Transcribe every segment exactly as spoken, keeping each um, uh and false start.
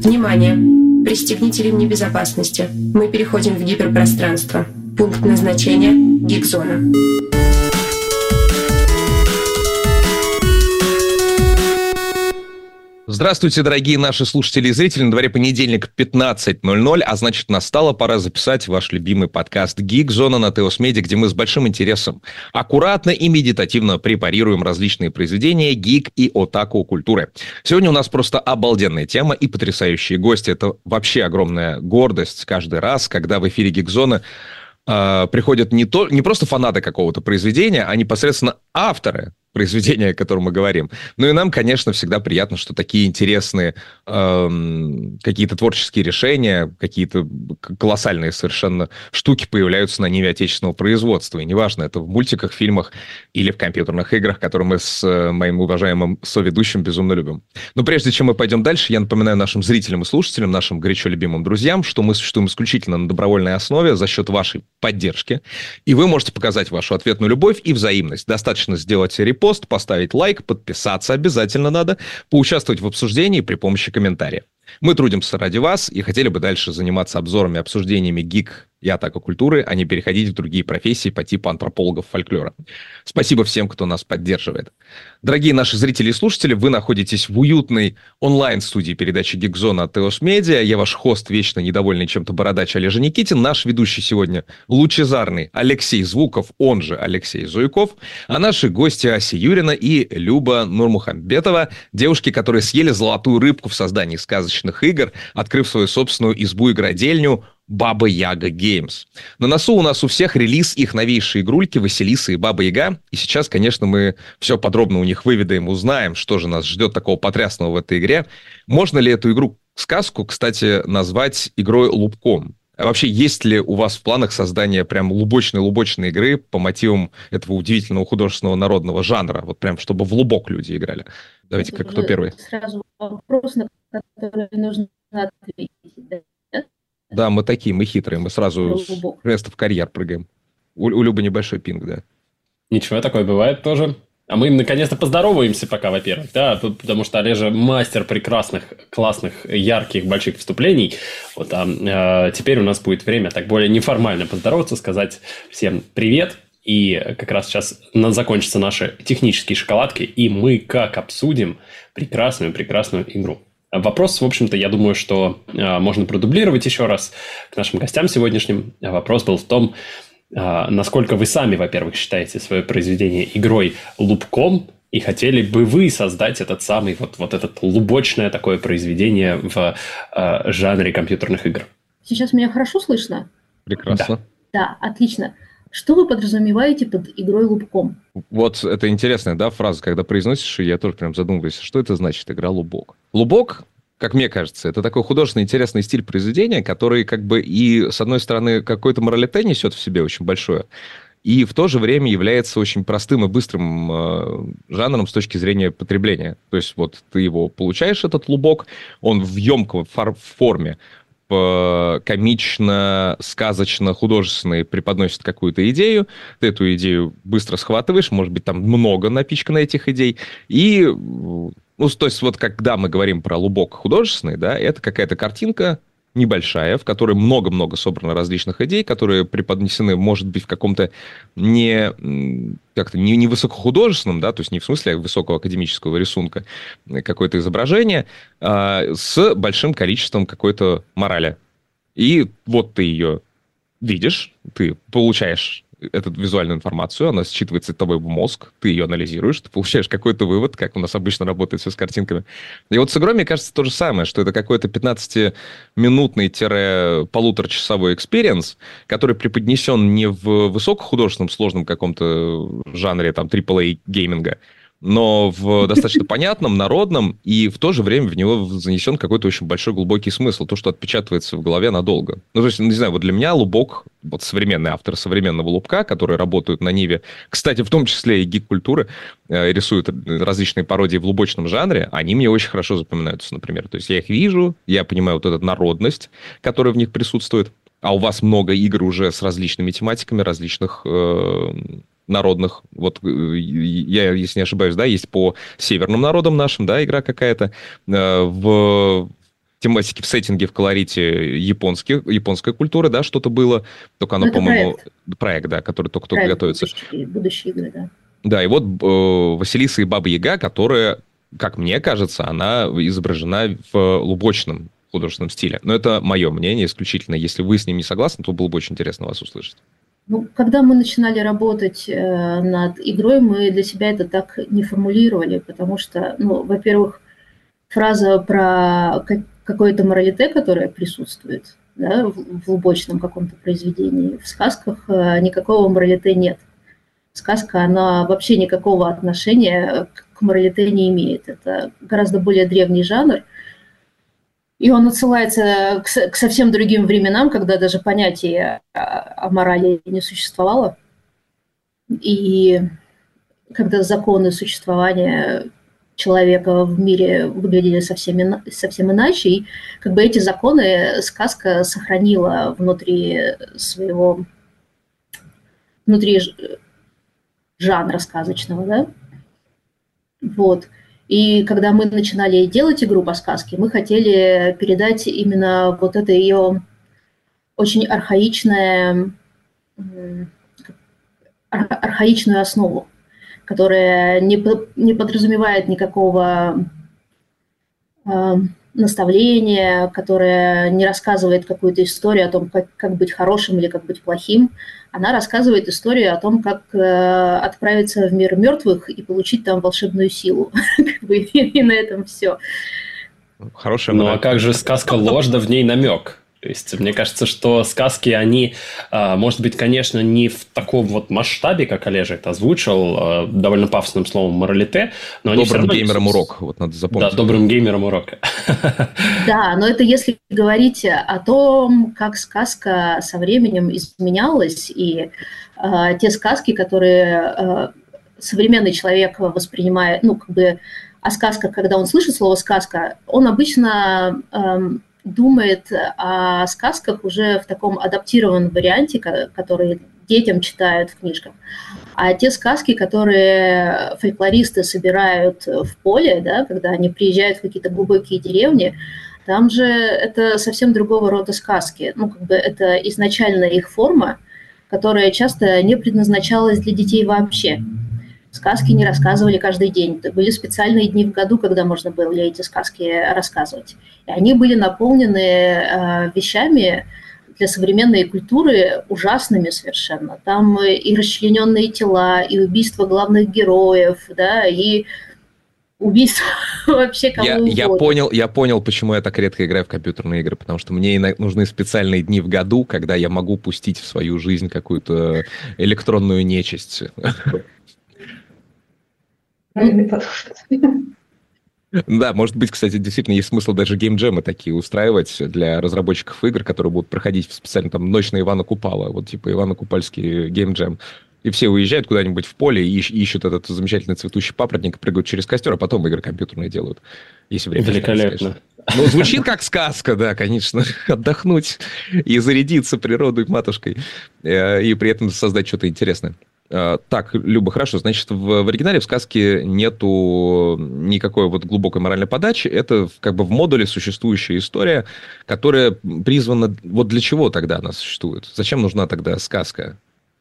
Внимание! Пристегните ремни безопасности. Мы переходим в гиперпространство. Пункт назначения – Гиг-зона. Здравствуйте, дорогие наши слушатели и зрители. На дворе понедельник, пятнадцать ноль ноль, а значит, настала пора записать ваш любимый подкаст «Гиг-зона» на Теос Медиа, где мы с большим интересом аккуратно и медитативно препарируем различные произведения гик и отаку культуры. Сегодня у нас просто обалденная тема и потрясающие гости. Это вообще огромная гордость каждый раз, когда в эфире «Гиг-зоны» э, приходят не, то, не просто фанаты какого-то произведения, а непосредственно авторы произведения, о котором мы говорим. Ну и нам, конечно, всегда приятно, что такие интересные эм, какие-то творческие решения, какие-то колоссальные совершенно штуки появляются на ниве отечественного производства. И неважно, это в мультиках, фильмах или в компьютерных играх, которые мы с э, моим уважаемым соведущим безумно любим. Но прежде чем мы пойдем дальше, я напоминаю нашим зрителям и слушателям, нашим горячо любимым друзьям, что мы существуем исключительно на добровольной основе за счет вашей поддержки. И вы можете показать вашу ответную любовь и взаимность. Достаточно сделать репост, пост, поставить лайк, подписаться обязательно надо, поучаствовать в обсуждении при помощи комментария. Мы трудимся ради вас и хотели бы дальше заниматься обзорами, обсуждениями гик и атака культуры, а не переходить в другие профессии по типу антропологов фольклора. Спасибо всем, кто нас поддерживает. Дорогие наши зрители и слушатели, вы находитесь в уютной онлайн-студии передачи «Гиг-зона» от Теос Медиа. Я ваш хост, вечно недовольный чем-то бородач Олежа Никитин. Наш ведущий сегодня лучезарный Алексей Звуков, он же Алексей Зуйков. А наши гости Ася Юрина и Люба Нурмухамбетова, девушки, которые съели золотую рыбку в создании сказочных игр, открыв свою собственную избу-игродельню Баба Яга Геймс. На носу у нас у всех релиз их новейшей игрульки Василиса и Баба Яга. И сейчас, конечно, мы все подробно у них выведаем, узнаем, что же нас ждет такого потрясного в этой игре. Можно ли эту игру-сказку, кстати, назвать игрой лубком? А вообще, есть ли у вас в планах создание прям лубочной-лубочной игры по мотивам этого удивительного художественного народного жанра? Вот прям, чтобы в лубок люди играли. Давайте, как кто первый? Сразу вопрос, на который нужно ответить, да? Да, мы такие, мы хитрые, мы сразу с места в карьер прыгаем. У, у Любы небольшой пинг, да. Ничего, такое бывает тоже. А мы наконец-то поздороваемся пока, во-первых, да, потому что Олежа мастер прекрасных, классных, ярких, больших вступлений. Вот, а, а теперь у нас будет время так более неформально поздороваться, сказать всем привет. И как раз сейчас закончатся наши технические шоколадки, и мы как обсудим прекрасную-прекрасную игру. Вопрос, в общем-то, я думаю, что э, можно продублировать еще раз к нашим гостям сегодняшним. Вопрос был в том, э, насколько вы сами, во-первых, считаете свое произведение игрой лубком, и хотели бы вы создать этот самый, вот, вот это лубочное такое произведение в э, жанре компьютерных игр. Сейчас меня хорошо слышно? Прекрасно. Да, да, отлично. Что вы подразумеваете под игрой лубком? Вот это интересная, да, фраза, когда произносишь, и я тоже прям задумываюсь, что это значит игра лубок. Лубок, как мне кажется, это такой художественный интересный стиль произведения, который как бы и, с одной стороны, какой-то моралите несет в себе очень большое, и в то же время является очень простым и быстрым э, жанром с точки зрения потребления. То есть вот ты его получаешь, этот лубок, он в емкой фор- форме, комично, сказочно, художественно преподносит какую-то идею, ты эту идею быстро схватываешь, может быть, там много напичкано этих идей, и, ну, то есть вот когда мы говорим про лубок художественный, да, это какая-то картинка небольшая, в которой много-много собрано различных идей, которые преподнесены, может быть, в каком-то не, как-то не, не высокохудожественном, да, то есть не в смысле высокого академического рисунка, какое-то изображение, а, с большим количеством какой-то морали. И вот ты ее видишь, ты получаешь эту визуальную информацию, она считывается тобой в мозг, ты ее анализируешь, ты получаешь какой-то вывод, как у нас обычно работает все с картинками. И вот с игрой, мне кажется, то же самое, что это какой-то пятнадцатиминутный-полуторачасовой экспириенс, который преподнесен не в высокохудожественном, сложном каком-то жанре, там, трипл эй гейминга, но в достаточно понятном, народном, и в то же время в него занесен какой-то очень большой глубокий смысл, то, что отпечатывается в голове надолго. Ну, то есть, не знаю, вот для меня лубок, вот современные авторы современного лубка, которые работают на ниве, кстати, в том числе и гик-культуры, э, рисуют различные пародии в лубочном жанре, они мне очень хорошо запоминаются, например. То есть я их вижу, я понимаю вот эту народность, которая в них присутствует, а у вас много игр уже с различными тематиками, различных... Э, народных, вот я, если не ошибаюсь, да, есть по северным народам нашим, да, игра какая-то, в тематике, в сеттинге, в колорите японских, японской культуры, да, что-то было. Только оно, Ну, это по-моему, проект. проект, да, который только-только Проект готовится. будущие, будущие игры, да. Да, и вот э, Василиса и Баба-Яга, которая, как мне кажется, она изображена в лубочном художественном стиле. Но это мое мнение исключительно. Если вы с ним не согласны, то было бы очень интересно вас услышать. Ну, когда мы начинали работать э, над игрой, мы для себя это так не формулировали, потому что, ну, во-первых, фраза про как- какое-то моралите, которое присутствует, да, в, в лубочном каком-то произведении, в сказках э, никакого моралите нет. Сказка, она вообще никакого отношения к, к моралите не имеет. Это гораздо более древний жанр, и он отсылается к, с- к совсем другим временам, когда даже понятия о, о морали не существовало. И когда законы существования человека в мире выглядели совсем, ина- совсем иначе, и как бы эти законы сказка сохранила внутри своего, внутри ж- жанра сказочного, да? Вот. И когда мы начинали делать игру по сказке, мы хотели передать именно вот это ее очень архаичное, м, ар- архаичную основу, которая не, по- не подразумевает никакого э, наставления, которая не рассказывает какую-то историю о том, как, как быть хорошим или как быть плохим. Она рассказывает историю о том, как э, отправиться в мир мертвых и получить там волшебную силу. Как бы, и на этом все. Хорошая Ну, мораль. а как же сказка «Ложь», да в ней намек? То есть, мне кажется, что сказки, они, а, может быть, конечно, не в таком вот масштабе, как Олежа это озвучил, а, довольно пафосным словом «моралите», но они все Добрым равно... геймерам урок. Вот надо Да, запомнить. добрым геймерам урок. Да, но это если говорить о том, как сказка со временем изменялась, и э, те сказки, которые э, современный человек воспринимает, ну, как бы о сказках, когда он слышит слово «сказка», он обычно эм, думает о сказках уже в таком адаптированном варианте, ко- который детям читают в книжках. А те сказки, которые фольклористы собирают в поле, да, когда они приезжают в какие-то глубокие деревни, там же это совсем другого рода сказки. Ну, как бы это изначально их форма, которая часто не предназначалась для детей вообще. Сказки не рассказывали каждый день. Это были специальные дни в году, когда можно было эти сказки рассказывать. И они были наполнены э, вещами для современной культуры ужасными совершенно. Там и расчлененные тела, и убийства главных героев, да, и убийство вообще кого Я, угодно. я, понял, я понял, почему я так редко играю в компьютерные игры, потому что мне ина- нужны специальные дни в году, когда я могу пустить в свою жизнь какую-то электронную нечисть. Правильный подход. Да, может быть, кстати, действительно есть смысл даже геймджемы такие устраивать для разработчиков игр, которые будут проходить в специально там ночь на Ивана Купала, вот типа Ивано-Купальский геймджем. И все уезжают куда-нибудь в поле и ищ- ищут этот замечательный цветущий папоротник, прыгают через костер, а потом игры компьютерные делают. Если время Великолепно. останется, конечно. Ну, звучит как сказка, да, конечно. Отдохнуть и зарядиться природой, матушкой, э, и при этом создать что-то интересное. Э, Так, Люба, хорошо. Значит, в, в оригинале в сказке нету никакой вот глубокой моральной подачи. Это в- как бы в модуле существующая история, которая призвана... Вот для чего тогда она существует? Зачем нужна тогда сказка?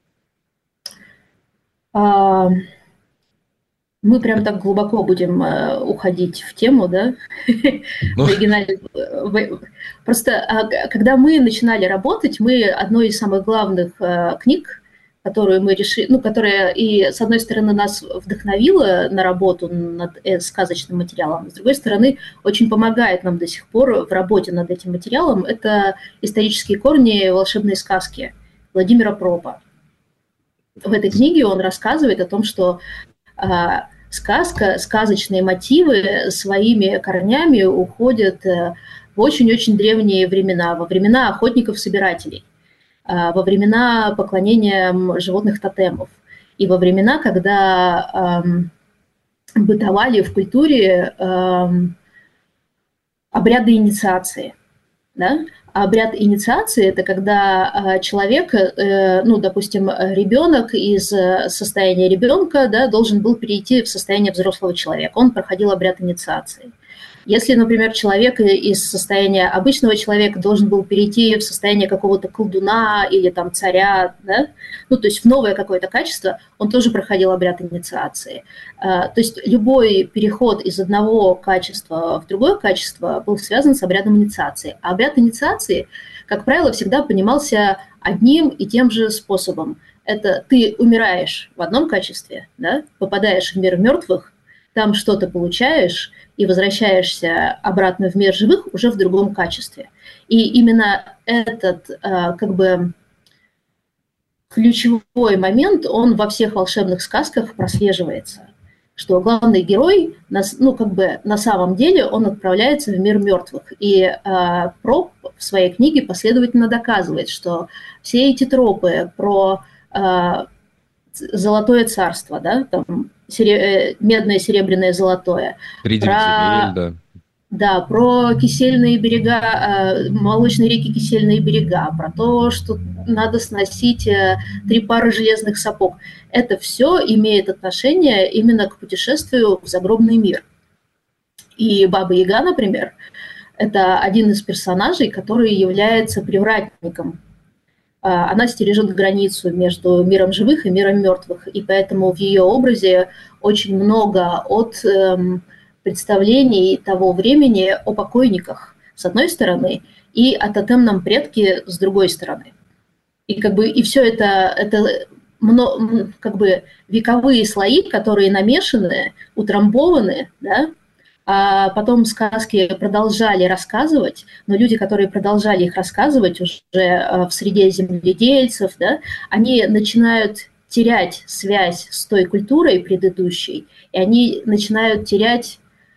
А, мы прям так глубоко будем э, уходить в тему, да? Ну. В оригинале. В- Просто а, г- когда мы начинали работать, мы одной из самых главных э, книг, которую мы решили, ну, которая и, с одной стороны, нас вдохновила на работу над э, сказочным материалом, с другой стороны, очень помогает нам до сих пор в работе над этим материалом, это «Исторические корни волшебной сказки» Владимира Пропа. В этой книге он рассказывает о том, что а, сказка, сказочные мотивы своими корнями уходят э, в очень-очень древние времена, во времена охотников-собирателей, а, во времена поклонения животных тотемов и во времена, когда эм, бытовали в культуре эм, обряды инициации. Да? А обряд инициации – это когда э, человек, э, ну, допустим, ребенок из э, состояния ребенка, да, должен был перейти в состояние взрослого человека. Он проходил обряд инициации. Если, например, человек из состояния обычного человека должен был перейти в состояние какого-то колдуна или там царя, да, ну, то есть в новое какое-то качество, он тоже проходил обряд инициации. То есть любой переход из одного качества в другое качество был связан с обрядом инициации. А обряд инициации, как правило, всегда понимался одним и тем же способом. Это ты умираешь в одном качестве, да, попадаешь в мир мертвых, там что-то получаешь и возвращаешься обратно в мир живых уже в другом качестве. И именно этот как бы ключевой момент, он во всех волшебных сказках прослеживается, что главный герой, ну, как бы на самом деле он отправляется в мир мертвых. И э, Проб в своей книге последовательно доказывает, что все эти тропы про э, золотое царство, да, там, сере... медное, серебряное, золотое. Три про... земель, да. Да, про кисельные берега, молочные реки, кисельные берега, про то, что надо сносить три пары железных сапог. Это все имеет отношение именно к путешествию в загробный мир. И Баба Яга, например, это один из персонажей, который является привратником. Она стережет границу между миром живых и миром мертвых, и поэтому в ее образе очень много от представлений того времени о покойниках, с одной стороны, и о тотемном предке, с другой стороны. И как бы и все это, это как бы вековые слои, которые намешаны, утрамбованы, да, а потом сказки продолжали рассказывать, но люди, которые продолжали их рассказывать уже в среде земледельцев, да, они начинают терять связь с той культурой предыдущей, и они начинают терять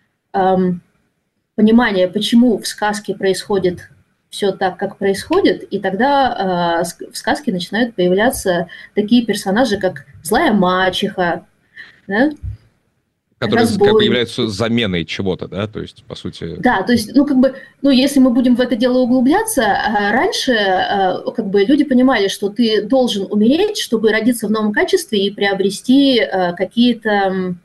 понимание, почему в сказке происходит все так, как происходит, и тогда э, в сказке начинают появляться такие персонажи, как злая мачеха, да? Которые как бы являются заменой чего-то, да, то есть, по сути... Да, то есть, ну, как бы, ну, если мы будем в это дело углубляться, раньше, как бы, люди понимали, что ты должен умереть, чтобы родиться в новом качестве и приобрести какие-то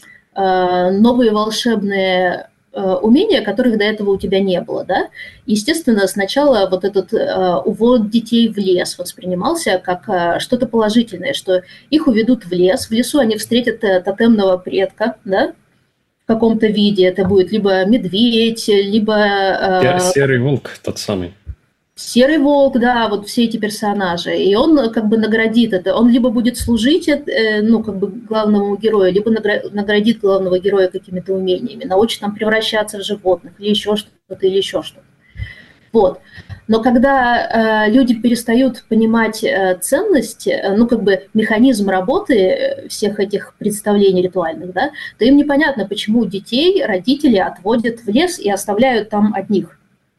новые волшебные умения, которых до этого у тебя не было, да. Естественно, сначала вот этот увод детей в лес воспринимался как что-то положительное, что их уведут в лес, в лесу они встретят тотемного предка, да, в каком-то виде. Это будет либо медведь, либо... Серый волк тот самый. Серый волк, да, вот все эти персонажи. И он как бы наградит это. Он либо будет служить, ну, как бы главному герою, либо наградит главного героя какими-то умениями, научит там превращаться в животных, или еще что-то, или еще что-то. Вот. Но когда э, люди перестают понимать э, ценность, э, ну, как бы механизм работы всех этих представлений ритуальных, да, то им непонятно, почему детей родители отводят в лес и оставляют там одних.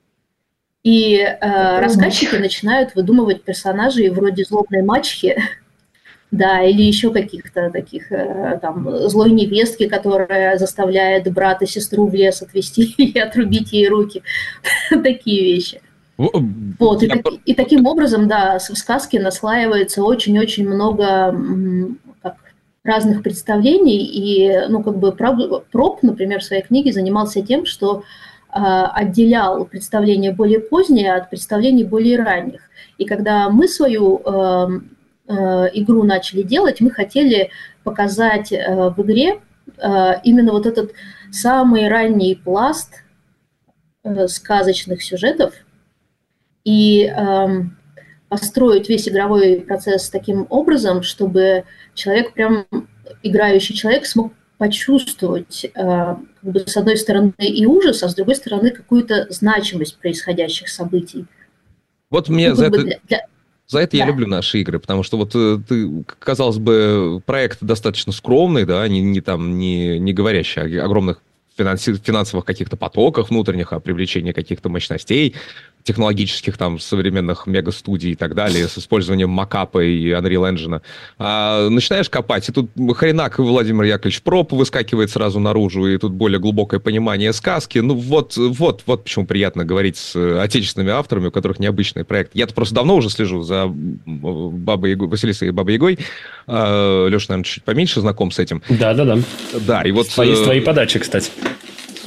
И э, рассказчики начинают выдумывать персонажей вроде злобной мачехи, да, или еще каких-то таких, э, там, злой невестки, которая заставляет брата и сестру в лес отвезти и отрубить ей руки. Такие вещи. Вот, и, так, и таким образом, да, в сказке наслаивается очень-очень много как, разных представлений, и, ну, как бы, Проб, например, в своей книге занимался тем, что отделял представления более поздние от представлений более ранних. И когда мы свою э, э, игру начали делать, мы хотели показать э, в игре э, именно вот этот самый ранний пласт э, сказочных сюжетов и э, построить весь игровой процесс таким образом, чтобы человек, прям играющий человек, смог почувствовать, как бы, с одной стороны, и ужас, а с другой стороны, какую-то значимость происходящих событий. Вот мне ну, за, это, для, для... за это да. я люблю наши игры, потому что вот ты, казалось бы, проект достаточно скромный, да, не, не, там, не, не говорящий о огромных финансовых каких-то потоках внутренних, о привлечении каких-то мощностей технологических, там, современных мегастудий и так далее, с использованием макапа и Unreal Engine. А начинаешь копать, и тут хренак Владимир Яковлевич Проб выскакивает сразу наружу, и тут более глубокое понимание сказки. Ну вот, вот, вот почему приятно говорить с отечественными авторами, у которых необычный проект. Я-то просто давно уже слежу за Бабой Ягой, Василисой и Бабой Ягой. Леша, наверное, чуть поменьше знаком с этим. Да-да-да. Да, и вот... Твои, твои подачи, кстати.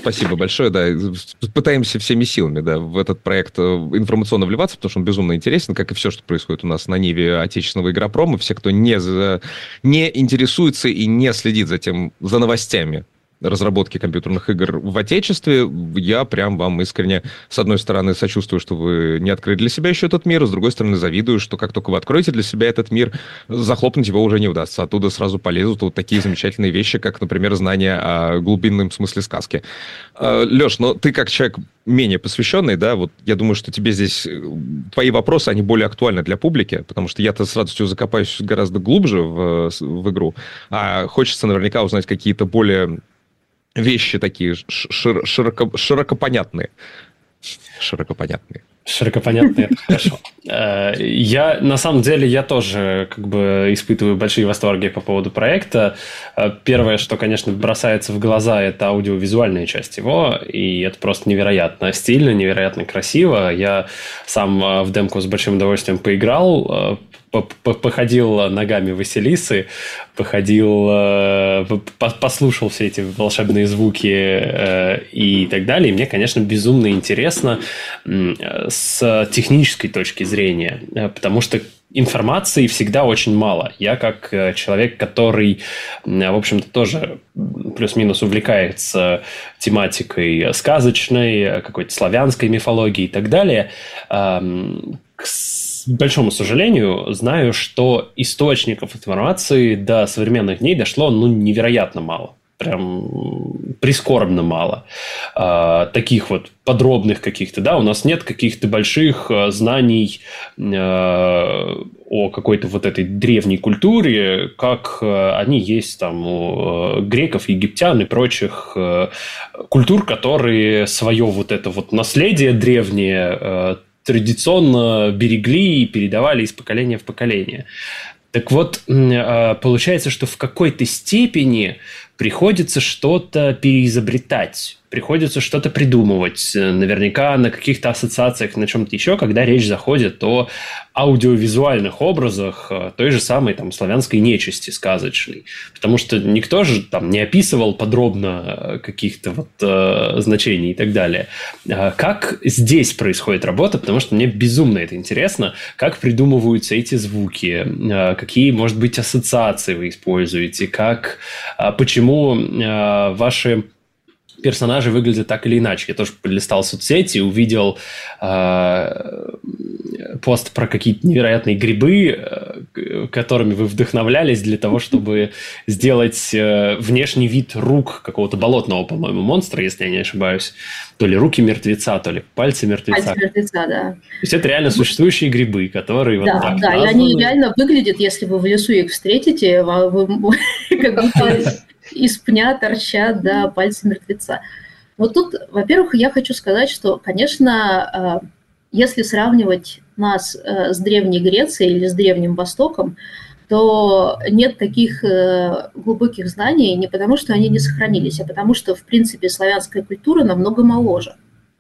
Спасибо большое, да. Пытаемся всеми силами, да, в этот проект информационно вливаться, потому что он безумно интересен, как и все, что происходит у нас на ниве отечественного игропрома. Все, кто не, за, не интересуется и не следит за тем, за новостями разработки компьютерных игр в Отечестве, я прям вам искренне, с одной стороны, сочувствую, что вы не открыли для себя еще этот мир, с другой стороны, завидую, что как только вы откроете для себя этот мир, захлопнуть его уже не удастся. Оттуда сразу полезут вот такие замечательные вещи, как, например, знания о глубинном смысле сказки. Леш, ну ты как человек менее посвященный, да, вот я думаю, что тебе здесь твои вопросы, они более актуальны для публики, потому что я-то с радостью закопаюсь гораздо глубже в, в игру, а хочется наверняка узнать какие-то более вещи такие шир, широко, широкопонятные. Широкопонятные. Широкопонятные, это хорошо. Я, на самом деле, я тоже как бы испытываю большие восторги по поводу проекта. Первое, что, конечно, бросается в глаза, это аудиовизуальная часть его, и это просто невероятно стильно, невероятно красиво. Я сам в демку с большим удовольствием поиграл, походил ногами Василисы, походил, послушал все эти волшебные звуки и так далее. И мне, конечно, безумно интересно с технической точки зрения, потому что информации всегда очень мало. Я как человек, который, в общем-то, тоже плюс-минус увлекается тематикой сказочной, какой-то славянской мифологии и так далее, к большому сожалению, знаю, что источников информации до современных дней дошло ну, невероятно мало. Прям прискорбно мало. А, таких вот подробных каких-то, да, у нас нет каких-то больших а, знаний а, о какой-то вот этой древней культуре, как а, они есть там у а, греков, египтян и прочих а, культур, которые свое вот это вот наследие древнее а, традиционно берегли и передавали из поколения в поколение. Так вот, получается, что в какой-то степени приходится что-то переизобретать, приходится что-то придумывать, наверняка на каких-то ассоциациях, на чем-то еще, когда речь заходит о аудиовизуальных образах той же самой там, славянской нечисти сказочной. Потому что никто же там не описывал подробно каких-то вот, э, значений и так далее. Как здесь происходит работа? Потому что мне безумно это интересно. Как придумываются эти звуки? Какие, может быть, ассоциации вы используете? Как, почему э, ваши персонажи выглядят так или иначе? Я тоже полистал соцсети, увидел э, пост про какие-то невероятные грибы, э, которыми вы вдохновлялись для того, чтобы сделать э, внешний вид рук какого-то болотного, по-моему, монстра, если я не ошибаюсь. То ли руки мертвеца, то ли пальцы мертвеца. Пальцы мертвеца, да. То есть это реально существующие грибы, которые да, вот так да, названы. И они реально выглядят, если вы в лесу их встретите, вы, вы, как будто из пня торчат, да, пальцы мертвеца. Вот тут, во-первых, я хочу сказать, что, конечно, если сравнивать нас с Древней Грецией или с Древним Востоком, то нет таких глубоких знаний не потому, что они не сохранились, а потому что, в принципе, славянская культура намного моложе.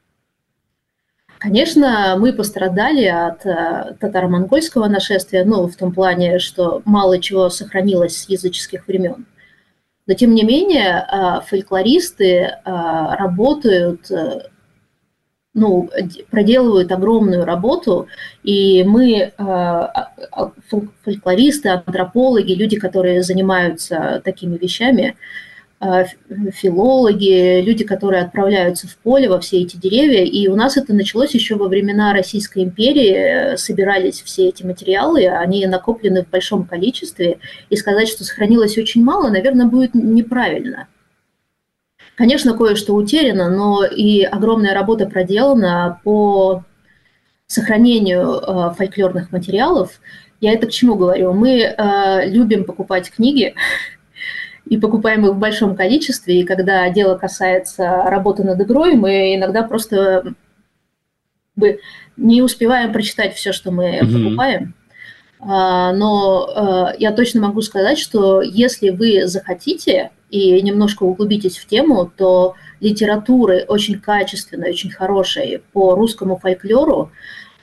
Конечно, мы пострадали от татаро-монгольского нашествия, ну, в том плане, что мало чего сохранилось с языческих времен. Но, тем не менее, фольклористы работают, ну, проделывают огромную работу, и мы, фольклористы, антропологи, люди, которые занимаются такими вещами, филологи, люди, которые отправляются в поле во все эти деревья. И у нас это началось еще во времена Российской империи. Собирались все эти материалы, они накоплены в большом количестве. И сказать, что сохранилось очень мало, наверное, будет неправильно. Конечно, кое-что утеряно, но и огромная работа проделана по сохранению фольклорных материалов. Я это к чему говорю? Мы любим покупать книги, и покупаем их в большом количестве, и когда дело касается работы над игрой, мы иногда просто не успеваем прочитать все, что мы mm-hmm. покупаем. Но я точно могу сказать, что если вы захотите и немножко углубитесь в тему, то литературы очень качественной, очень хорошей по русскому фольклору,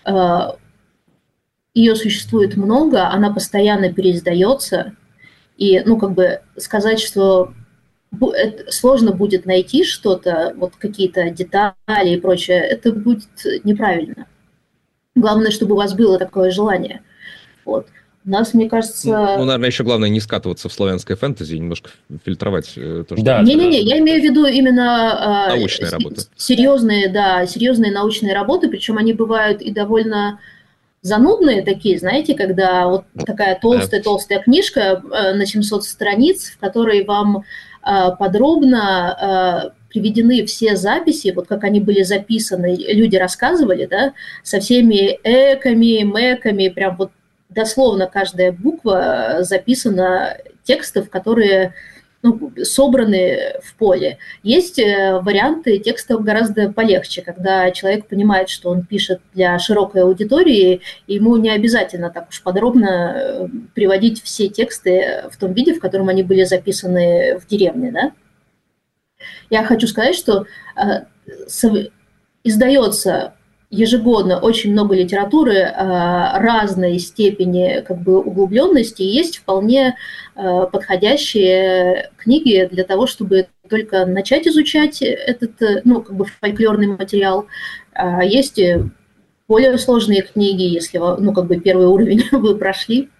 ее существует много, она постоянно переиздается. И, ну, как бы сказать, что сложно будет найти что-то, вот какие-то детали и прочее, это будет неправильно. Главное, чтобы у вас было такое желание. Вот. У нас, мне кажется... Ну, наверное, еще главное не скатываться в славянское фэнтези, немножко фильтровать то, что... Да, Не-не-не, я имею в виду именно... Научные э, работы. Серьезные, да, серьезные научные работы, причем они бывают и довольно занудные такие, знаете, когда вот такая толстая-толстая книжка э, на семьсот страниц, в которой вам э, подробно... Э, приведены все записи, вот как они были записаны, люди рассказывали, да, со всеми эками, мэками, прям вот дословно каждая буква записана текстов, которые ну, собраны в поле. Есть варианты текстов гораздо полегче, когда человек понимает, что он пишет для широкой аудитории, и ему не обязательно так уж подробно приводить все тексты в том виде, в котором они были записаны в деревне, да. Я хочу сказать, что э, со, издается ежегодно очень много литературы э, разной степени как бы, углубленности, и есть вполне э, подходящие книги для того, чтобы только начать изучать этот ну, как бы фольклорный материал. А есть более сложные книги, если ну, как бы первый уровень вы прошли.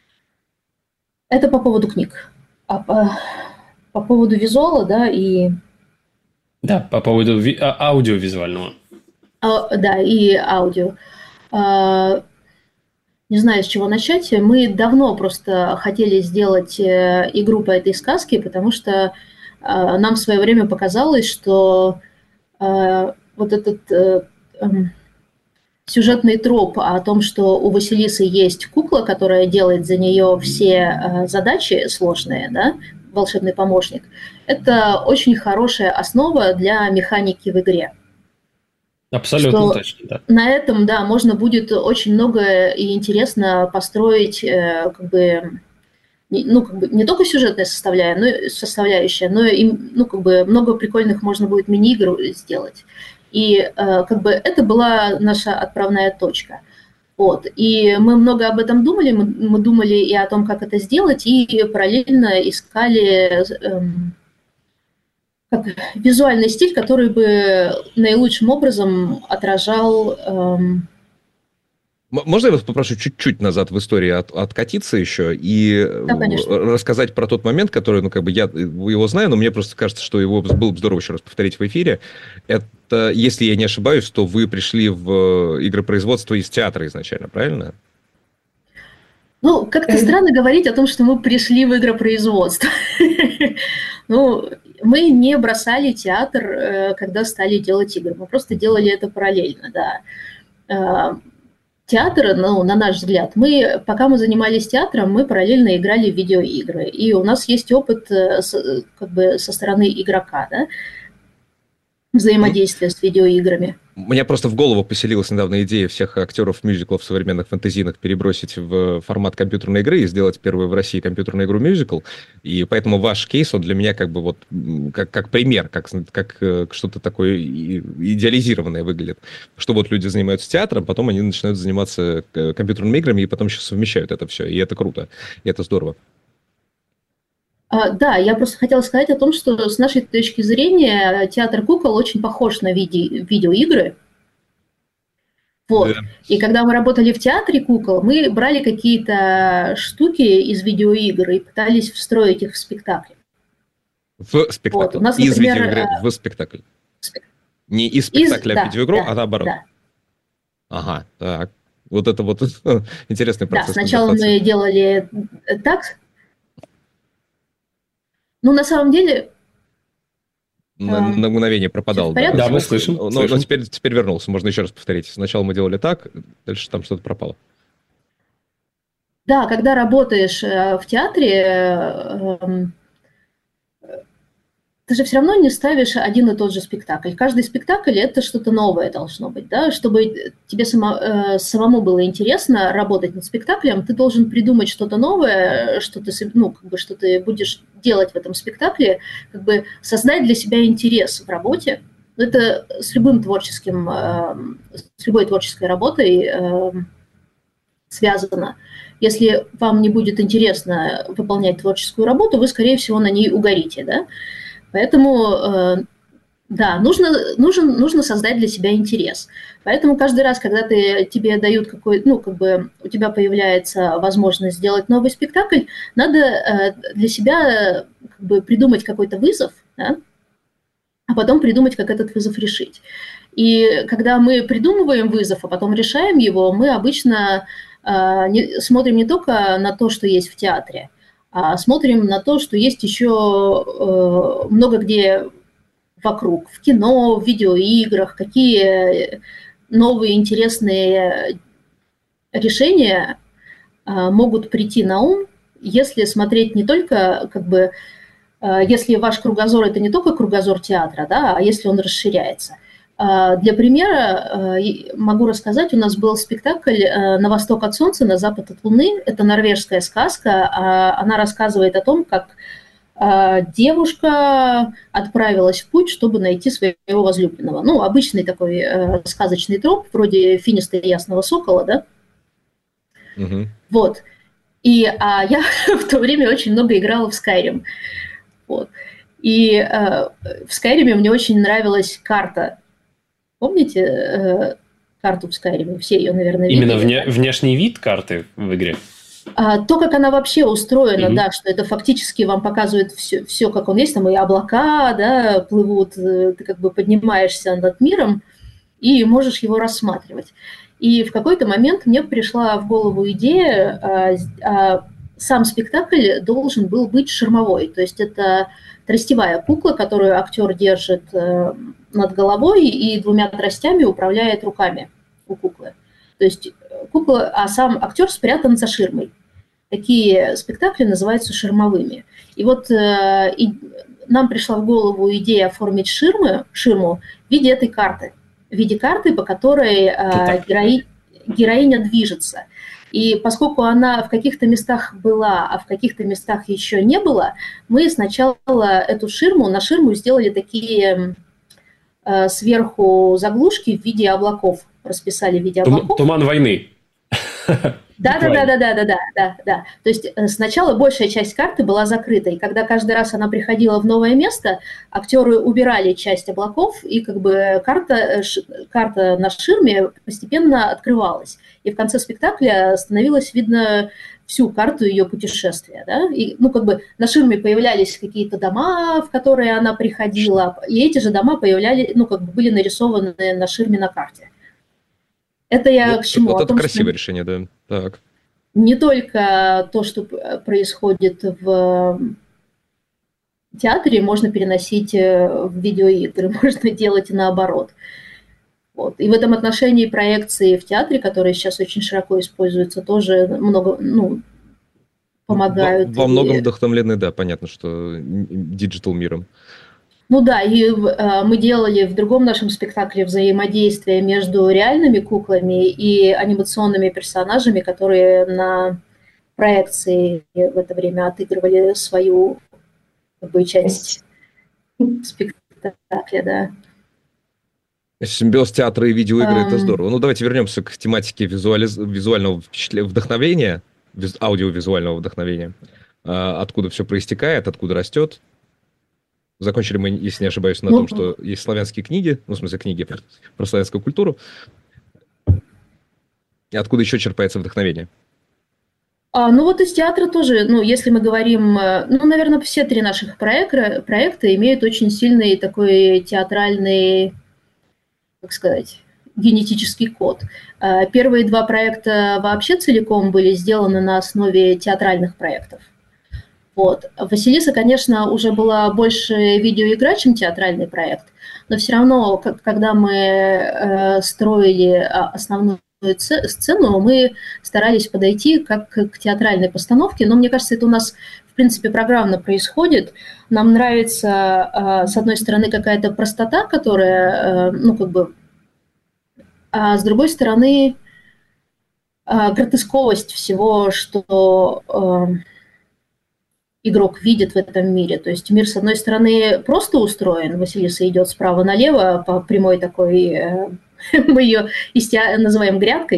Это по поводу книг. А по, по поводу визуала, да, и... Да, по поводу ви- а- аудиовизуального. А, да, и аудио. А, не знаю, с чего начать. Мы давно просто хотели сделать игру по этой сказке, потому что а, нам в свое время показалось, что а, вот этот а, а, сюжетный троп о том, что у Василисы есть кукла, которая делает за нее все а, задачи сложные, да, волшебный помощник, это очень хорошая основа для механики в игре. Абсолютно что точно, да. На этом, да, можно будет очень много и интересно построить, как бы, ну, как бы не только сюжетная составляющая, но, составляющая, но и, ну, как бы много прикольных можно будет мини-игр сделать. И как бы это была наша отправная точка. Вот. И мы много об этом думали, мы, мы думали и о том, как это сделать, и параллельно искали эм, как, визуальный стиль, который бы наилучшим образом отражал... Эм... Можно я вас попрошу чуть-чуть назад в истории от, откатиться еще и да, рассказать про тот момент, который, ну, как бы я его знаю, но мне просто кажется, что его было бы здорово еще раз повторить в эфире. Это, если я не ошибаюсь, то вы пришли в игропроизводство из театра изначально, правильно? Ну, как-то странно говорить о том, что мы пришли в игропроизводство. Ну, мы не бросали театр, когда стали делать игры. Мы просто делали это параллельно, да. Театр, ну, на наш взгляд, мы, пока мы занимались театром, мы параллельно играли в видеоигры. И у нас есть опыт как бы со стороны игрока, да, взаимодействия с видеоиграми. У меня просто в голову поселилась недавно идея всех актеров мюзиклов современных фэнтезийных перебросить в формат компьютерной игры и сделать первую в России компьютерную игру мюзикл. И поэтому ваш кейс, он для меня как бы вот как, как пример, как, как что-то такое идеализированное выглядит. Что вот люди занимаются театром, потом они начинают заниматься компьютерными играми и потом еще совмещают это все. И это круто, и это здорово. Да, я просто хотела сказать о том, что с нашей точки зрения театр кукол очень похож на виде, видеоигры. Вот. Да. И когда мы работали в театре кукол, мы брали какие-то штуки из видеоигр и пытались встроить их в спектакль. В спектакль. Вот. У нас, из например, видеоигры в спектакль. Спек... Не из спектакля из... в видеоигру, да, а наоборот. Да. Ага, так. Вот это вот интересный процесс. Да, сначала мы делали так. Ну, на самом деле... На, а, на мгновение пропадал. Да, да, мы слышим. Но, слышим. но теперь, теперь вернулся, можно еще раз повторить. Сначала мы делали так, дальше там что-то пропало. Да, когда работаешь в театре, ты же все равно не ставишь один и тот же спектакль. Каждый спектакль – это что-то новое должно быть. Да? Чтобы тебе само, самому было интересно работать над спектаклем, ты должен придумать что-то новое, что ты, ну, как бы, что ты будешь делать в этом спектакле, как бы создать для себя интерес в работе. Это с любым творческим, с любой творческой работой связано. Если вам не будет интересно выполнять творческую работу, вы, скорее всего, на ней угорите, да? Поэтому, да, нужно, нужен, нужно создать для себя интерес. Поэтому каждый раз, когда ты, тебе дают какой, ну, как бы у тебя появляется возможность сделать новый спектакль, надо для себя как бы придумать какой-то вызов, да? А потом придумать, как этот вызов решить. И когда мы придумываем вызов, а потом решаем его, мы обычно э, не, смотрим не только на то, что есть в театре, а смотрим на то, что есть еще э, много где вокруг, в кино, в видеоиграх, какие новые интересные решения э, могут прийти на ум, если смотреть не только как бы, э, если ваш кругозор – это не только кругозор театра, да, а если он расширяется. Для примера могу рассказать, у нас был спектакль «На восток от солнца, на запад от луны». Это норвежская сказка. Она рассказывает о том, как девушка отправилась в путь, чтобы найти своего возлюбленного. Ну, обычный такой сказочный троп, вроде «Финиста и ясного сокола», да? Угу. Вот. И а я в то время очень много играла в Skyrim. Вот. И а, в Skyrim мне очень нравилась карта. Помните э, карту в Skyrim? Все ее, наверное, видели. Именно вне, внешний вид карты в игре? А, то, как она вообще устроена, mm-hmm. да, что это фактически вам показывает все, все, как он есть, там и облака, да, плывут, ты как бы поднимаешься над миром и можешь его рассматривать. И в какой-то момент мне пришла в голову идея, а, а, сам спектакль должен был быть ширмовой, то есть это тростевая кукла, которую актер держит э, над головой и двумя тростями управляет руками у куклы. То есть кукла, а сам актер спрятан за ширмой. Такие спектакли называются ширмовыми. И вот э, и нам пришла в голову идея оформить ширмы, ширму в виде этой карты. В виде карты, по которой э, герои, героиня движется. И поскольку она в каких-то местах была, а в каких-то местах еще не было, мы сначала эту ширму, на ширму сделали такие э, сверху заглушки в виде облаков, расписали в виде облаков. Туман войны. Да, да, да, да, да, да, да, да, да. То есть сначала большая часть карты была закрыта, и когда каждый раз она приходила в новое место, актеры убирали часть облаков, и как бы карта, карта на ширме постепенно открывалась. И в конце спектакля становилось видно всю карту ее путешествия, да, и, ну, как бы на ширме появлялись какие-то дома, в которые она приходила, и эти же дома появлялись, ну, как бы были нарисованы на ширме на карте. Это я вот, к чему? Вот О это том, красивое что решение, да. Так. Не только то, что происходит в театре, можно переносить в видеоигры, можно делать и наоборот. Вот. И в этом отношении проекции в театре, которые сейчас очень широко используются, тоже много, ну, помогают. Во, во многом и... вдохновлены, да, понятно, что диджитал миром. Ну да, и э, мы делали в другом нашем спектакле взаимодействие между реальными куклами и анимационными персонажами, которые на проекции в это время отыгрывали свою как бы, часть спектакля, да. Симбиоз театра и видеоигры um... – это здорово. Ну, давайте вернемся к тематике визуализ... визуального вдохновения, виз... аудиовизуального вдохновения. А, откуда все проистекает, откуда растет. Закончили мы, если не ошибаюсь, на ну, том, что есть славянские книги, ну, в смысле, книги про, про славянскую культуру. И откуда еще черпается вдохновение? А, ну, вот из театра тоже, ну, если мы говорим, ну, наверное, все три наших проекта, проекта имеют очень сильный такой театральный, как сказать, генетический код. Первые два проекта вообще целиком были сделаны на основе театральных проектов. Вот. Василиса, конечно, уже была больше видеоигра, чем театральный проект, но все равно, как, когда мы э, строили основную сцену, мы старались подойти как к театральной постановке, но мне кажется, это у нас, в принципе, программно происходит. Нам нравится, э, с одной стороны, какая-то простота, которая, э, ну, как бы, а с другой стороны, э, гротесковость всего, что... Э, игрок видит в этом мире. То есть мир, с одной стороны, просто устроен. Василиса идет справа налево по прямой такой, мы ее называем грядкой,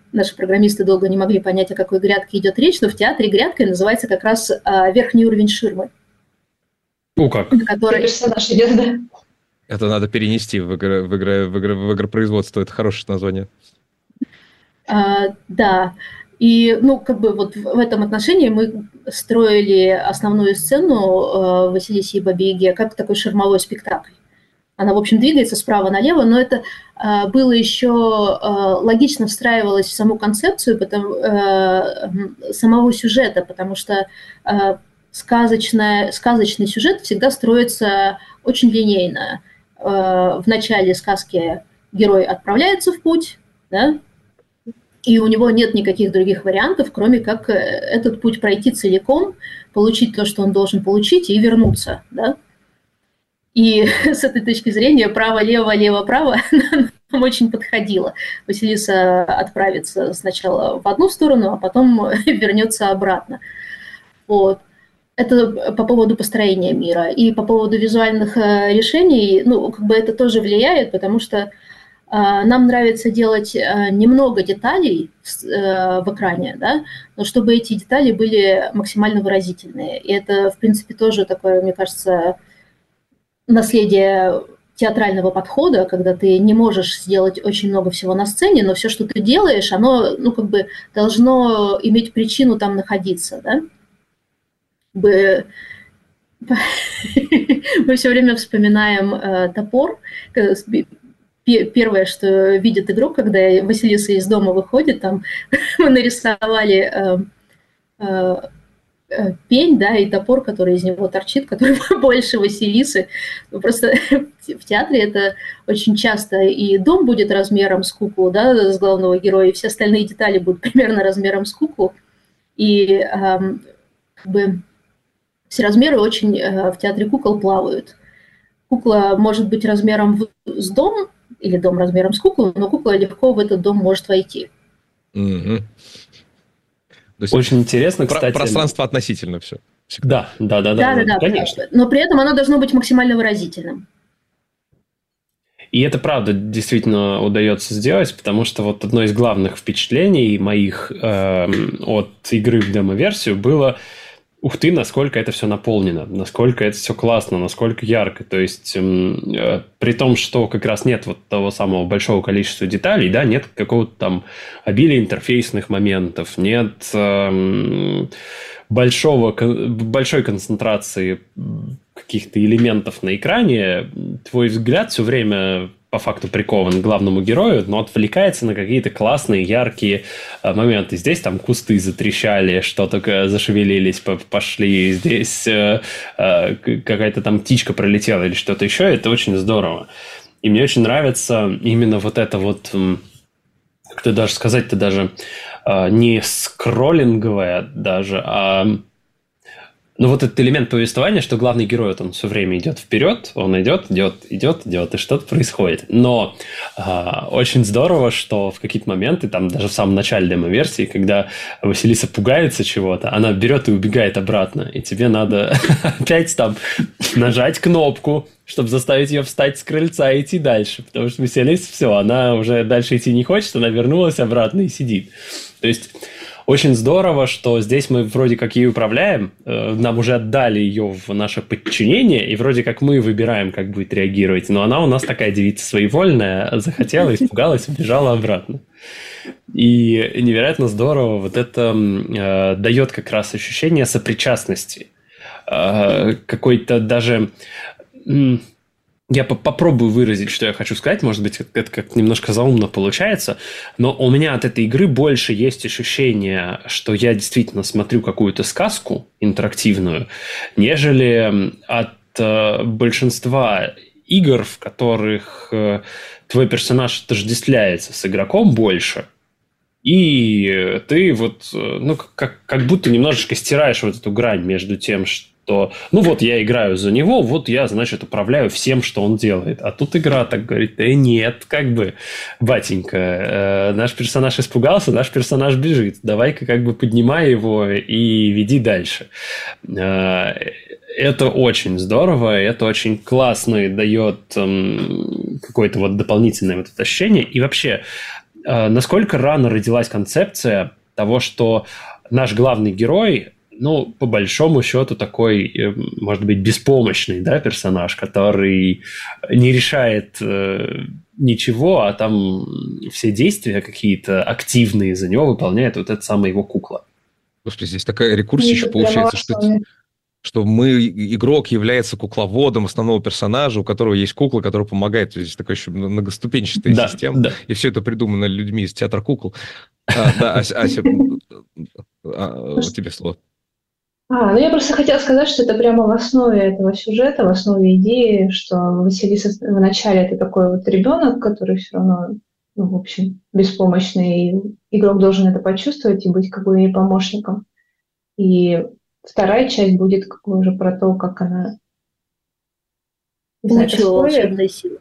наши программисты долго не могли понять, о какой грядке идет речь, но в театре грядкой называется как раз а, верхний уровень ширмы. Ну как? Который... Персонаж идет, да? Это надо перенести в, игро, в, игро, в, игро, в игропроизводство, это хорошее название. А, да, и, ну, как бы вот в этом отношении мы строили основную сцену э, Василисе и Бабе-Яге как такой ширмовой спектакль. Она, в общем, двигается справа налево, но это э, было еще э, логично встраивалось в саму концепцию потому, э, самого сюжета, потому что э, сказочная, сказочный сюжет всегда строится очень линейно. Э, в начале сказки герой отправляется в путь, да, и у него нет никаких других вариантов, кроме как этот путь пройти целиком, получить то, что он должен получить, и вернуться, да. И с этой точки зрения право-лево, лево-право нам очень подходило. Василиса отправится сначала в одну сторону, а потом вернется обратно. Вот. Это по поводу построения мира. И по поводу визуальных решений, ну, как бы это тоже влияет, потому что нам нравится делать немного деталей в экране, да, но чтобы эти детали были максимально выразительные. И это, в принципе, тоже такое, мне кажется, наследие театрального подхода, когда ты не можешь сделать очень много всего на сцене, но все, что ты делаешь, оно, ну, как бы должно иметь причину там находиться, да. Мы все время вспоминаем э, топор. Первое, что видит игрок, когда Василиса из дома выходит, там мы нарисовали э, э, пень, да, и топор, который из него торчит, который больше Василисы. Просто в театре это очень часто и дом будет размером с куклу, да, с главного героя, и все остальные детали будут примерно размером с куклу. И э, как бы все размеры очень э, в театре кукол плавают. Кукла может быть размером в, с дом, или дом размером с куклу, но кукла легко в этот дом может войти. Угу. Очень интересно, кстати. Пространство относительно все. Да, да, да, да, да, да, конечно. Но при этом оно должно быть максимально выразительным. И это правда действительно удается сделать, потому что вот одно из главных впечатлений моих э, от игры в демо-версию было: ух ты, насколько это все наполнено, насколько это все классно, насколько ярко. То есть, э, при том, что как раз нет вот того самого большого количества деталей, да, нет какого-то там обилия интерфейсных моментов, нет э, большого, большой концентрации каких-то элементов на экране, твой взгляд все время по факту прикован к главному герою, но отвлекается на какие-то классные, яркие э, моменты. Здесь там кусты затрещали, что-то зашевелились, пошли. Здесь э, э, какая-то там птичка пролетела или что-то еще. Это очень здорово. И мне очень нравится именно вот это вот, как-то даже сказать-то даже э, не скроллинговое даже, а... Ну, вот этот элемент повествования, что главный герой, вот он все время идет вперед, он идет, идет, идет, идет, и что-то происходит. Но а, очень здорово, что в какие-то моменты, там даже в самом начале демо-версии, когда Василиса пугается чего-то, она берет и убегает обратно, и тебе надо опять там нажать кнопку, чтобы заставить ее встать с крыльца и идти дальше, потому что Василиса, все, она уже дальше идти не хочет, она вернулась обратно и сидит. То есть... Очень здорово, что здесь мы вроде как ей управляем, нам уже отдали ее в наше подчинение, и вроде как мы выбираем, как будет реагировать. Но она у нас такая девица своевольная, захотела, испугалась, убежала обратно. И невероятно здорово вот это э, дает как раз ощущение сопричастности. Э, какой-то даже... М- Я попробую выразить, что я хочу сказать. Может быть, это как немножко заумно получается. Но у меня от этой игры больше есть ощущение, что я действительно смотрю какую-то сказку интерактивную, нежели от э, большинства игр, в которых э, твой персонаж отождествляется с игроком больше. И ты вот, ну, как, как будто немножечко стираешь вот эту грань между тем, что то, ну вот я играю за него, вот я, значит, управляю всем, что он делает. А тут игра так говорит: да нет, как бы, батенька, э, наш персонаж испугался, наш персонаж бежит, давай-ка как бы поднимай его и веди дальше. Э, это очень здорово, это очень классно и дает э, какое-то вот дополнительное вот это ощущение. И вообще, насколько рано родилась концепция того, что наш главный герой, ну, по большому счету, такой, может быть, беспомощный, да, персонаж, который не решает э, ничего, а там все действия какие-то активные за него выполняет вот эта самая его кукла. Господи, здесь такая рекурсия еще получается, что, что мы, игрок является кукловодом основного персонажа, у которого есть кукла, которая помогает. Здесь такая еще многоступенчатая да, система. Да. И все это придумано людьми из театра кукол. А, да, Ася, Ася а, тебе слово. А, ну я просто хотела сказать, что это прямо в основе этого сюжета, в основе идеи, что Василиса в начале это такой вот ребенок, который все равно, ну, в общем, беспомощный, и игрок должен это почувствовать и быть как бы ей помощником. И вторая часть будет как бы уже про то, как она получила волшебную силу.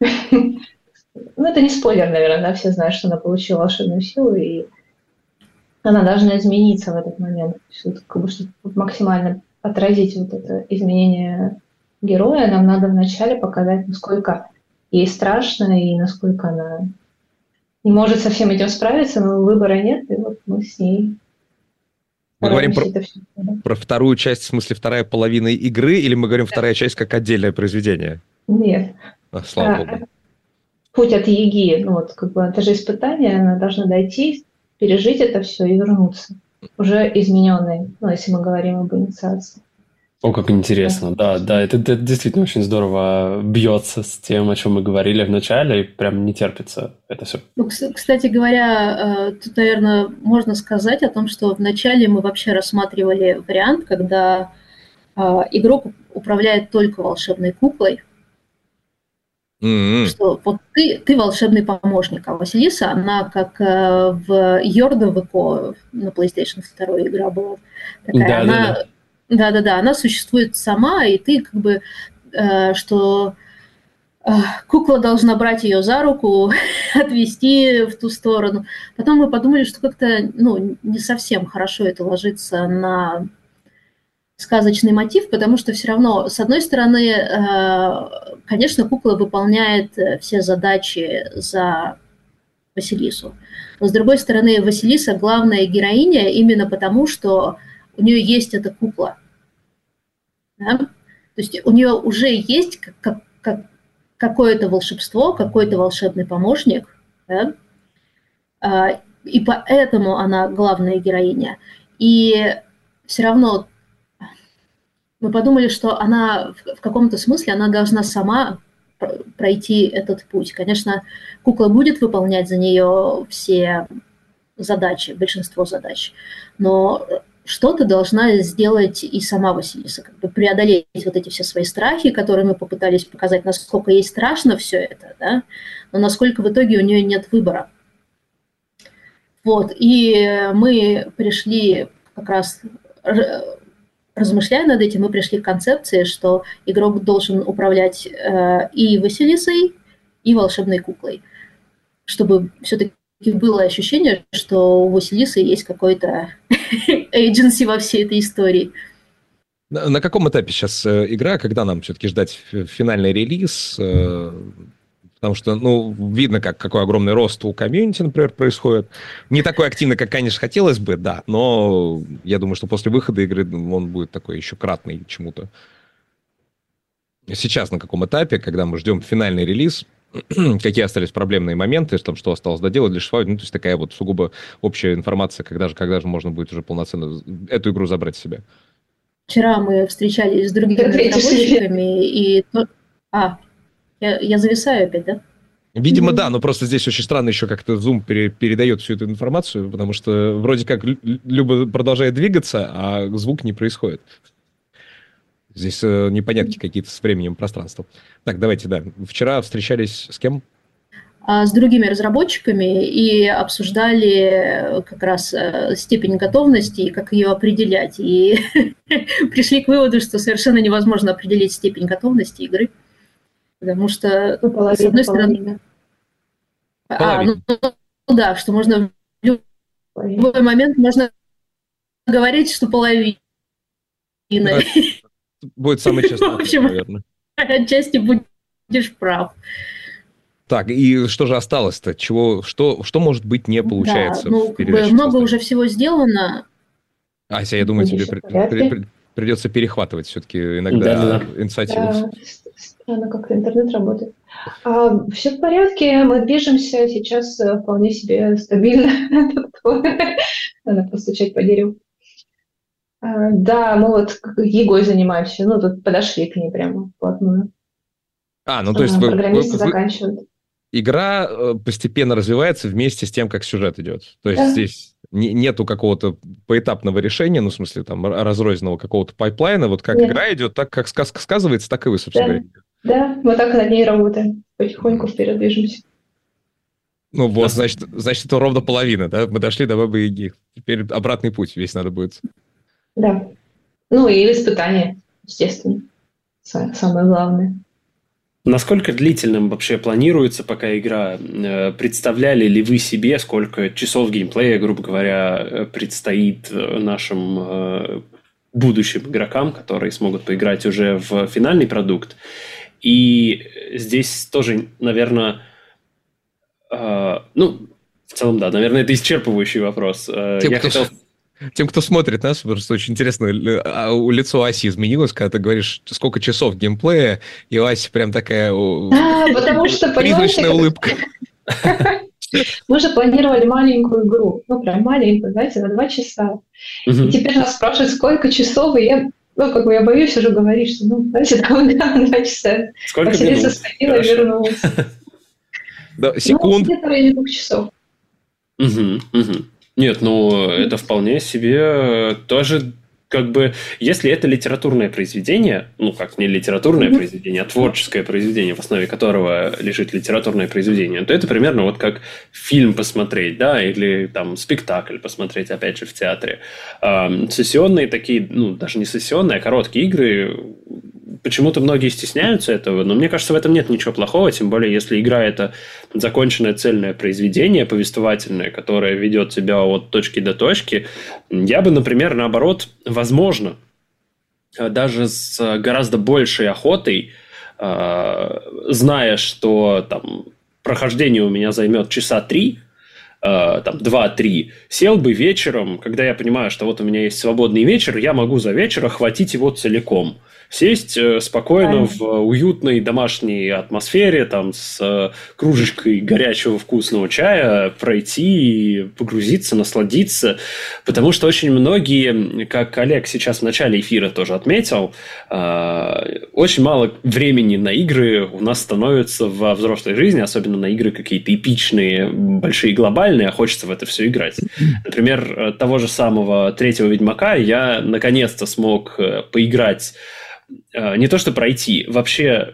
Ну, это не спойлер, наверное, да, все знают, что она получила волшебную силу, и она должна измениться в этот момент. Вот, как бы, чтобы максимально отразить вот это изменение героя, нам надо вначале показать, насколько ей страшно и насколько она не может со всем этим справиться, но выбора нет, и вот мы с ней... Мы говорим про, про вторую часть, в смысле вторая половина игры, или мы говорим вторая часть как отдельное произведение? Нет. А, слава а, богу. Путь от Яги, ну вот как бы это же испытание, она должна дойти, пережить это все и вернуться. Уже измененной, ну, если мы говорим об инициации. О, как интересно, да, да, это, это действительно очень здорово бьется с тем, о чем мы говорили в начале, и прям не терпится это все. Ну, кстати говоря, тут, наверное, можно сказать о том, что вначале мы вообще рассматривали вариант, когда игрок управляет только волшебной куклой, mm-hmm. что вот ты, ты волшебный помощник, а Василиса, она как в Йорда ВК на PlayStation два игра была, такая, да, она... Да, да. Да-да-да, она существует сама, и ты как бы, э, что э, кукла должна брать ее за руку, отвести в ту сторону. Потом мы подумали, что как-то, ну, не совсем хорошо это ложится на сказочный мотив, потому что все равно, с одной стороны, э, конечно, кукла выполняет все задачи за Василису, но с другой стороны, Василиса главная героиня именно потому, что у нее есть эта кукла. Да? То есть у нее уже есть как, как, какое-то волшебство, какой-то волшебный помощник. Да? А, и поэтому она главная героиня. И все равно мы подумали, что она в, в каком-то смысле она должна сама пройти этот путь. Конечно, кукла будет выполнять за нее все задачи, большинство задач, но что-то должна сделать и сама Василиса, как бы преодолеть вот эти все свои страхи, которые мы попытались показать, насколько ей страшно все это, да, но насколько в итоге у нее нет выбора. Вот, и мы пришли как раз, размышляя над этим, мы пришли к концепции, что игрок должен управлять э, и Василисой, и волшебной куклой, чтобы все-таки было ощущение, что у Василисы есть какой-то agency во всей этой истории. На, на каком этапе сейчас э, игра? Когда нам все-таки ждать финальный релиз? Э, потому что, ну, видно, как, какой огромный рост у комьюнити, например, происходит. Не такой активно, как, конечно, хотелось бы, да, но я думаю, что после выхода игры он будет такой еще кратный чему-то. Сейчас на каком этапе, когда мы ждем финальный релиз? Какие остались проблемные моменты, там, что осталось доделать для шифрования, ну, то есть такая вот сугубо общая информация, когда же, когда же можно будет уже полноценно эту игру забрать в себя. Вчера мы встречались с другими разработчиками, и... А, я, я зависаю опять, да? Видимо, mm-hmm. да, но просто здесь очень странно еще как-то Zoom пере- передает всю эту информацию, потому что вроде как Люба продолжает двигаться, а звук не происходит. Здесь э, непонятки какие-то с временем и пространством. Так, давайте, да. Вчера встречались с кем? С другими разработчиками и обсуждали как раз степень готовности и как ее определять. И пришли к выводу, что совершенно невозможно определить степень готовности игры. Потому что, ну, половина, с одной стороны... А, ну, ну да, что можно в любой момент можно говорить, что половина. Да, будет самый честный ответ, наверное. Отчасти будешь прав. Так, и что же осталось-то? Чего, что, что, может быть, не получается? Да, ну, как бы много уже всего сделано. Ася, я думаю, тебе при, при, при, придется перехватывать все-таки иногда да, инициативу. Да, странно, как интернет работает. А, все в порядке, мы движемся сейчас вполне себе стабильно. Надо постучать по дереву. А, да, мы вот Егой занимаемся, ну, тут подошли к ней прямо вплотную. А, ну то есть вы, программисты вы, вы, заканчивают. Игра постепенно развивается вместе с тем, как сюжет идет. То есть да. здесь не, нету какого-то поэтапного решения, ну, в смысле, там, разрозненного какого-то пайплайна. Вот как Нет. игра идет, так как сказка сказывается, так и вы, собственно да. говоря. Да, мы так над ней работаем. Потихоньку вперед движемся. Ну вот, значит, значит, это ровно половина, да? Мы дошли до Бабы-Яги. Теперь обратный путь весь надо будет. Да. Ну и испытания, естественно. Самое главное. Насколько длительным вообще планируется пока игра? Представляли ли вы себе, сколько часов геймплея, грубо говоря, предстоит нашим будущим игрокам, которые смогут поиграть уже в финальный продукт? И здесь тоже, наверное, ну, в целом, да, наверное, это исчерпывающий вопрос. Тем, Я кто... хотел... Тем, кто смотрит нас, просто очень интересно, у лицо Аси изменилось, когда ты говоришь, сколько часов геймплея, и у Аси прям такая да, потому что, призрачная улыбка. Мы же планировали маленькую игру, ну, прям маленькую, знаете, на два часа. И теперь нас спрашивают, сколько часов, и я, ну, как бы я боюсь уже говорить, что, ну, знаете, там, да, два часа. Сколько минут? Сходила и вернулась. Да, секунд. Ну, где-то в районе двух часов. Угу, угу. Нет, ну, это вполне себе тоже, как бы, если это литературное произведение, ну, как не литературное mm-hmm. произведение, а творческое произведение, в основе которого лежит литературное произведение, то это примерно вот как фильм посмотреть, да, или там спектакль посмотреть, опять же, в театре. А, сессионные такие, ну, даже не сессионные, а короткие игры, почему-то многие стесняются этого, но мне кажется, в этом нет ничего плохого, тем более, если игра – это законченное цельное произведение повествовательное, которое ведет тебя от точки до точки. Я бы, например, наоборот, возможно, даже с гораздо большей охотой, зная, что там прохождение у меня займет часа три, там, два-три, сел бы вечером, когда я понимаю, что вот у меня есть свободный вечер, я могу за вечер охватить его целиком. Сесть э, спокойно в уютной домашней атмосфере, там, с э, кружечкой горячего вкусного чая, пройти, погрузиться, насладиться. Потому что очень многие, как Олег сейчас в начале эфира тоже отметил, э, очень мало времени на игры у нас становится во взрослой жизни, особенно на игры какие-то эпичные, большие, глобальные, а хочется в это все играть. Например, того же самого третьего Ведьмака я наконец-то смог поиграть, не то что пройти, вообще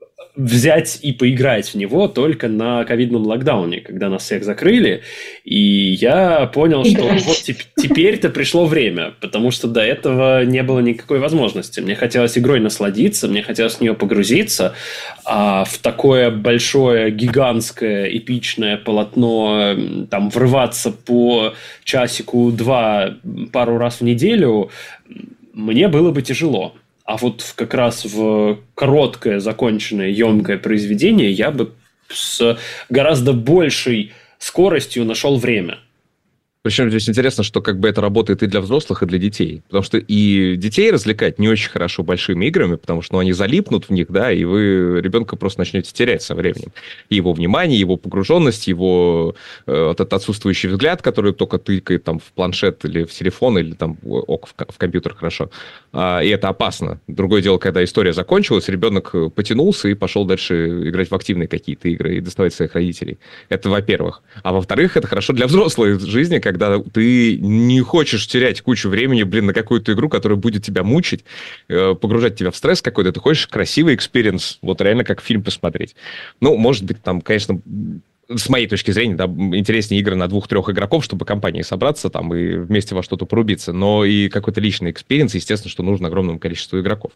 взять и поиграть в него только на ковидном локдауне, когда нас всех закрыли, и я понял, играть. что вот теперь-то пришло время, потому что до этого не было никакой возможности. Мне хотелось игрой насладиться, мне хотелось в нее погрузиться, а в такое большое, гигантское, эпичное полотно там врываться по часику-два пару раз в неделю мне было бы тяжело. А вот как раз в короткое, законченное, емкое произведение я бы с гораздо большей скоростью нашел время. Причем здесь интересно, что как бы это работает и для взрослых, и для детей. Потому что и детей развлекать не очень хорошо большими играми, потому что ну, они залипнут в них, да, и вы ребенка просто начнете терять со временем. И его внимание, его погруженность, его э, вот этот отсутствующий взгляд, который только тыкает там в планшет или в телефон, или там ок, в, в компьютер хорошо. А, и это опасно. Другое дело, когда история закончилась, ребенок потянулся и пошел дальше играть в активные какие-то игры и доставать своих родителей. Это во-первых. А во-вторых, это хорошо для взрослой жизни, когда ты не хочешь терять кучу времени, блин, на какую-то игру, которая будет тебя мучить, погружать тебя в стресс какой-то. Ты хочешь красивый экспириенс, вот реально как фильм посмотреть. Ну, может быть, там, конечно, с моей точки зрения, да, интереснее игры на двух-трех игроков, чтобы компанией собраться там и вместе во что-то порубиться. Но и какой-то личный экспириенс, естественно, что нужно огромному количеству игроков.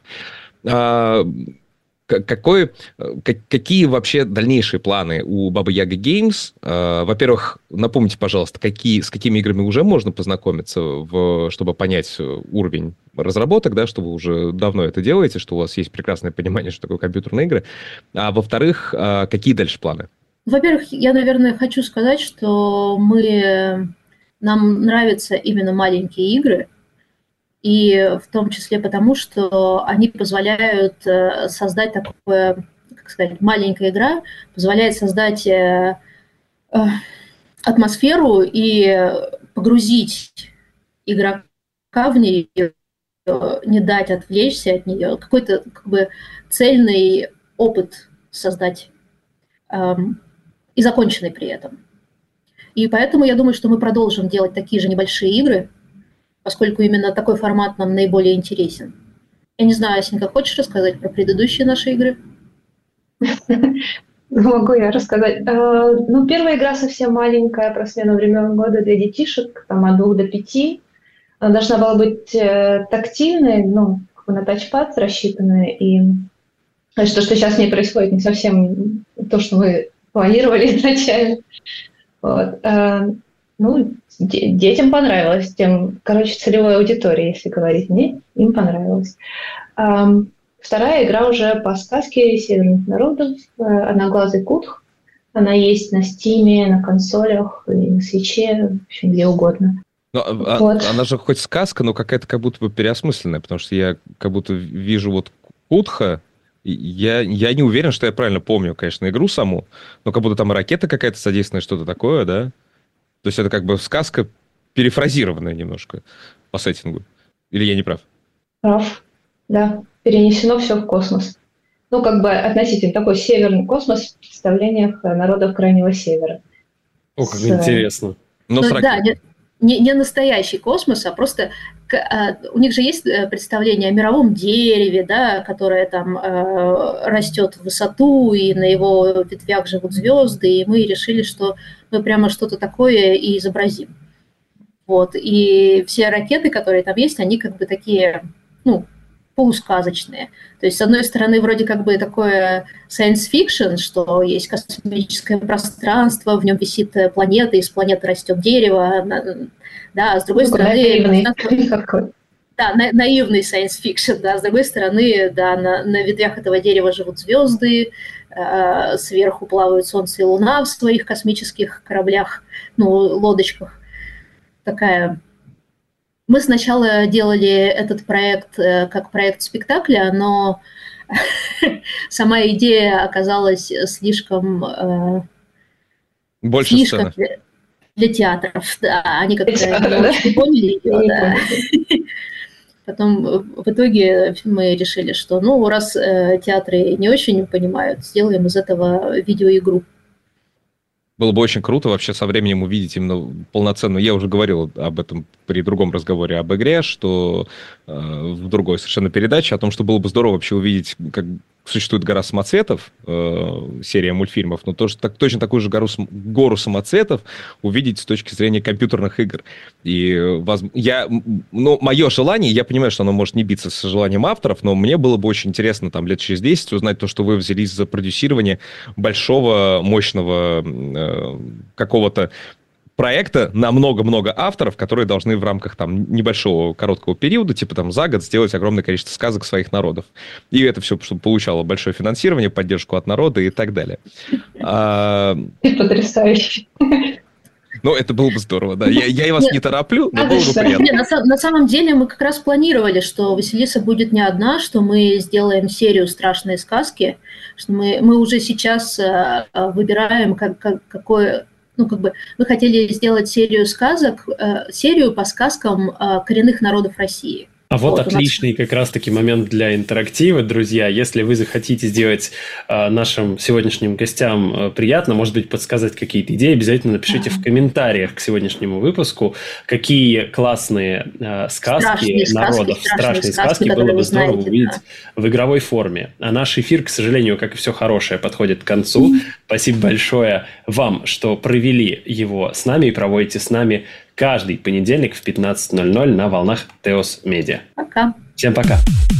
Какой, какие вообще дальнейшие планы у Баба Яга Games? Во-первых, напомните, пожалуйста, какие, с какими играми уже можно познакомиться, в, чтобы понять уровень разработок, да, что вы уже давно это делаете, что у вас есть прекрасное понимание, что такое компьютерные игры. А во-вторых, какие дальше планы? Во-первых, я, наверное, хочу сказать, что мы, нам нравятся именно маленькие игры, и в том числе потому, что они позволяют создать такое, как сказать, маленькая игра, позволяет создать атмосферу и погрузить игрока в нее, не дать отвлечься от нее, какой-то как бы цельный опыт создать эм, и законченный при этом. И поэтому я думаю, что мы продолжим делать такие же небольшие игры, поскольку именно такой формат нам наиболее интересен. Я не знаю, Асенька, хочешь рассказать про предыдущие наши игры? Могу я рассказать. Ну, первая игра совсем маленькая, про смену времен года для детишек, там от двух до пяти. Она должна была быть тактильной, ну, на тачпад рассчитанная. И то, что сейчас не происходит, не совсем то, что мы планировали изначально. Вот. Ну, детям понравилось. Тем, короче, целевой аудитории, если говорить мне, им понравилось. Вторая игра уже по сказке северных народов «Одноглазый Кутх». Она есть на Стиме, на консолях, и на Свитче, в общем, где угодно. Но, вот. а, она же хоть сказка, но какая-то как будто бы переосмысленная, потому что я как будто вижу вот Кутха, я, я не уверен, что я правильно помню, конечно, игру саму, но как будто там ракета какая-то задействована, что-то такое, да? То есть это как бы сказка перефразированная немножко по сеттингу. Или я не прав? Прав, да. Перенесено все в космос. Ну, как бы относительно такой северный космос в представлениях народов Крайнего Севера. О, как С... интересно. Но ну, да, не, не, не настоящий космос, а просто а, у них же есть представление о мировом дереве, да, которое там а, растет в высоту, и на его ветвях живут звезды, и мы решили, что мы прямо что-то такое и изобразим. Вот. И все ракеты, которые там есть, они как бы такие, ну, полусказочные. То есть, с одной стороны, вроде как бы такое science fiction, что есть космическое пространство, в нем висит планета, из планеты растет дерево, да, а с другой ну, стороны... Наивный. Да, на, наивный science fiction, да, с другой стороны, да, на, на ветвях этого дерева живут звезды, э, сверху плавают Солнце и Луна в своих космических кораблях, ну, лодочках. Такая... Мы сначала делали этот проект как проект спектакля, но сама идея оказалась слишком... Больше слишком для, для театров. Да, они как-то не поняли ее. Да. Потом в итоге мы решили, что ну раз театры не очень понимают, сделаем из этого видеоигру. Было бы очень круто вообще со временем увидеть именно полноценную... Я уже говорил об этом при другом разговоре об игре, что э, в другой совершенно передаче, о том, что было бы здорово вообще увидеть, как существует гора самоцветов, э, серия мультфильмов, но тоже, так, точно такую же гору, гору самоцветов увидеть с точки зрения компьютерных игр. И воз, я, ну, мое желание, я понимаю, что оно может не биться с желанием авторов, но мне было бы очень интересно там лет через десять узнать то, что вы взялись за продюсирование большого, мощного э, какого-то проекта на много-много авторов, которые должны в рамках там небольшого короткого периода, типа там за год, сделать огромное количество сказок своих народов. И это все, чтобы получало большое финансирование, поддержку от народа и так далее. Потрясающе. Ну, это было бы здорово, да. Я, я вас Нет, не тороплю, но было бы приятно. Нет, на, на самом деле мы как раз планировали, что Василиса будет не одна, что мы сделаем серию «Страшные сказки», что мы, мы уже сейчас а, выбираем, как, как, какое... Ну, как бы мы хотели сделать серию сказок, э, серию по сказкам э, коренных народов России. А вот, вот отличный нас... как раз-таки момент для интерактива, друзья. Если вы захотите сделать э, нашим сегодняшним гостям э, приятно, может быть, подсказать какие-то идеи, обязательно напишите ага. в комментариях к сегодняшнему выпуску, какие классные э, сказки страшные народов, сказки, страшные, страшные сказки, сказки было бы здорово знаете, увидеть да. в игровой форме. А наш эфир, к сожалению, как и все хорошее, подходит к концу. Mm-hmm. Спасибо большое вам, что провели его с нами и проводите с нами каждый понедельник в пятнадцать ноль ноль на волнах Теос Медиа. Пока. Всем пока.